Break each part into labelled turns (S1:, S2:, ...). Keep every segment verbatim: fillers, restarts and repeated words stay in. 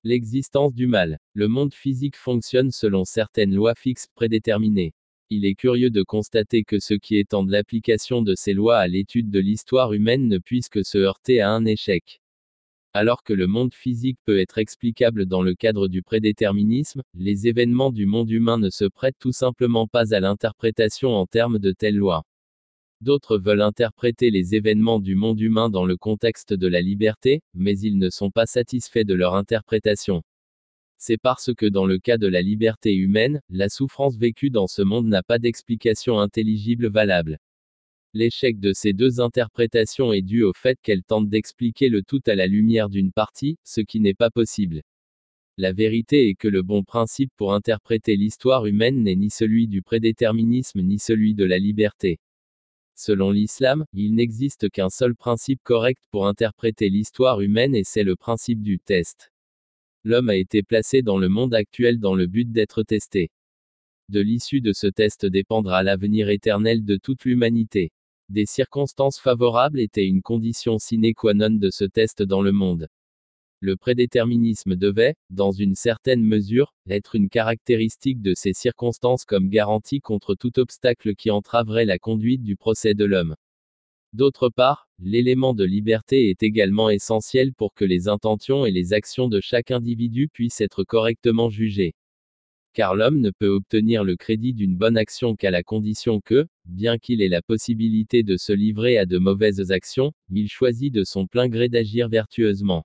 S1: L'existence du mal. Le monde physique fonctionne selon certaines lois fixes prédéterminées. Il est curieux de constater que ceux qui étendent l'application de ces lois à l'étude de l'histoire humaine ne puissent que se heurter à un échec. Alors que le monde physique peut être explicable dans le cadre du prédéterminisme, les événements du monde humain ne se prêtent tout simplement pas à l'interprétation en termes de telles lois. D'autres veulent interpréter les événements du monde humain dans le contexte de la liberté, mais ils ne sont pas satisfaits de leur interprétation. C'est parce que dans le cas de la liberté humaine, la souffrance vécue dans ce monde n'a pas d'explication intelligible valable. L'échec de ces deux interprétations est dû au fait qu'elles tentent d'expliquer le tout à la lumière d'une partie, ce qui n'est pas possible. La vérité est que le bon principe pour interpréter l'histoire humaine n'est ni celui du prédéterminisme ni celui de la liberté. Selon l'islam, il n'existe qu'un seul principe correct pour interpréter l'histoire humaine et c'est le principe du test. L'homme a été placé dans le monde actuel dans le but d'être testé. De l'issue de ce test dépendra l'avenir éternel de toute l'humanité. Des circonstances favorables étaient une condition sine qua non de ce test dans le monde. Le prédéterminisme devait, dans une certaine mesure, être une caractéristique de ces circonstances comme garantie contre tout obstacle qui entraverait la conduite du procès de l'homme. D'autre part, l'élément de liberté est également essentiel pour que les intentions et les actions de chaque individu puissent être correctement jugées. Car l'homme ne peut obtenir le crédit d'une bonne action qu'à la condition que, bien qu'il ait la possibilité de se livrer à de mauvaises actions, il choisit de son plein gré d'agir vertueusement.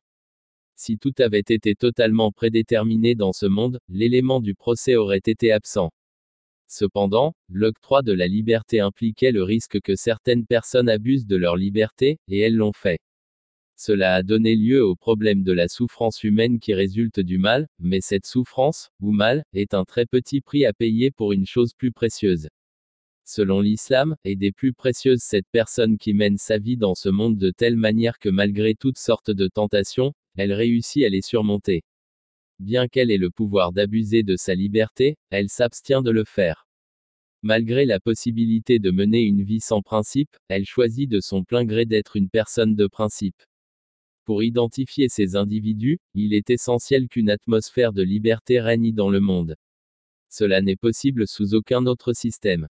S1: Si tout avait été totalement prédéterminé dans ce monde, l'élément du procès aurait été absent. Cependant, l'octroi de la liberté impliquait le risque que certaines personnes abusent de leur liberté, et elles l'ont fait. Cela a donné lieu au problème de la souffrance humaine qui résulte du mal, mais cette souffrance, ou mal, est un très petit prix à payer pour une chose plus précieuse. Selon l'islam, est des plus précieuses cette personne qui mène sa vie dans ce monde de telle manière que malgré toutes sortes de tentations, elle réussit à les surmonter. Bien qu'elle ait le pouvoir d'abuser de sa liberté, elle s'abstient de le faire. Malgré la possibilité de mener une vie sans principe, elle choisit de son plein gré d'être une personne de principe. Pour identifier ces individus, il est essentiel qu'une atmosphère de liberté règne dans le monde. Cela n'est possible sous aucun autre système.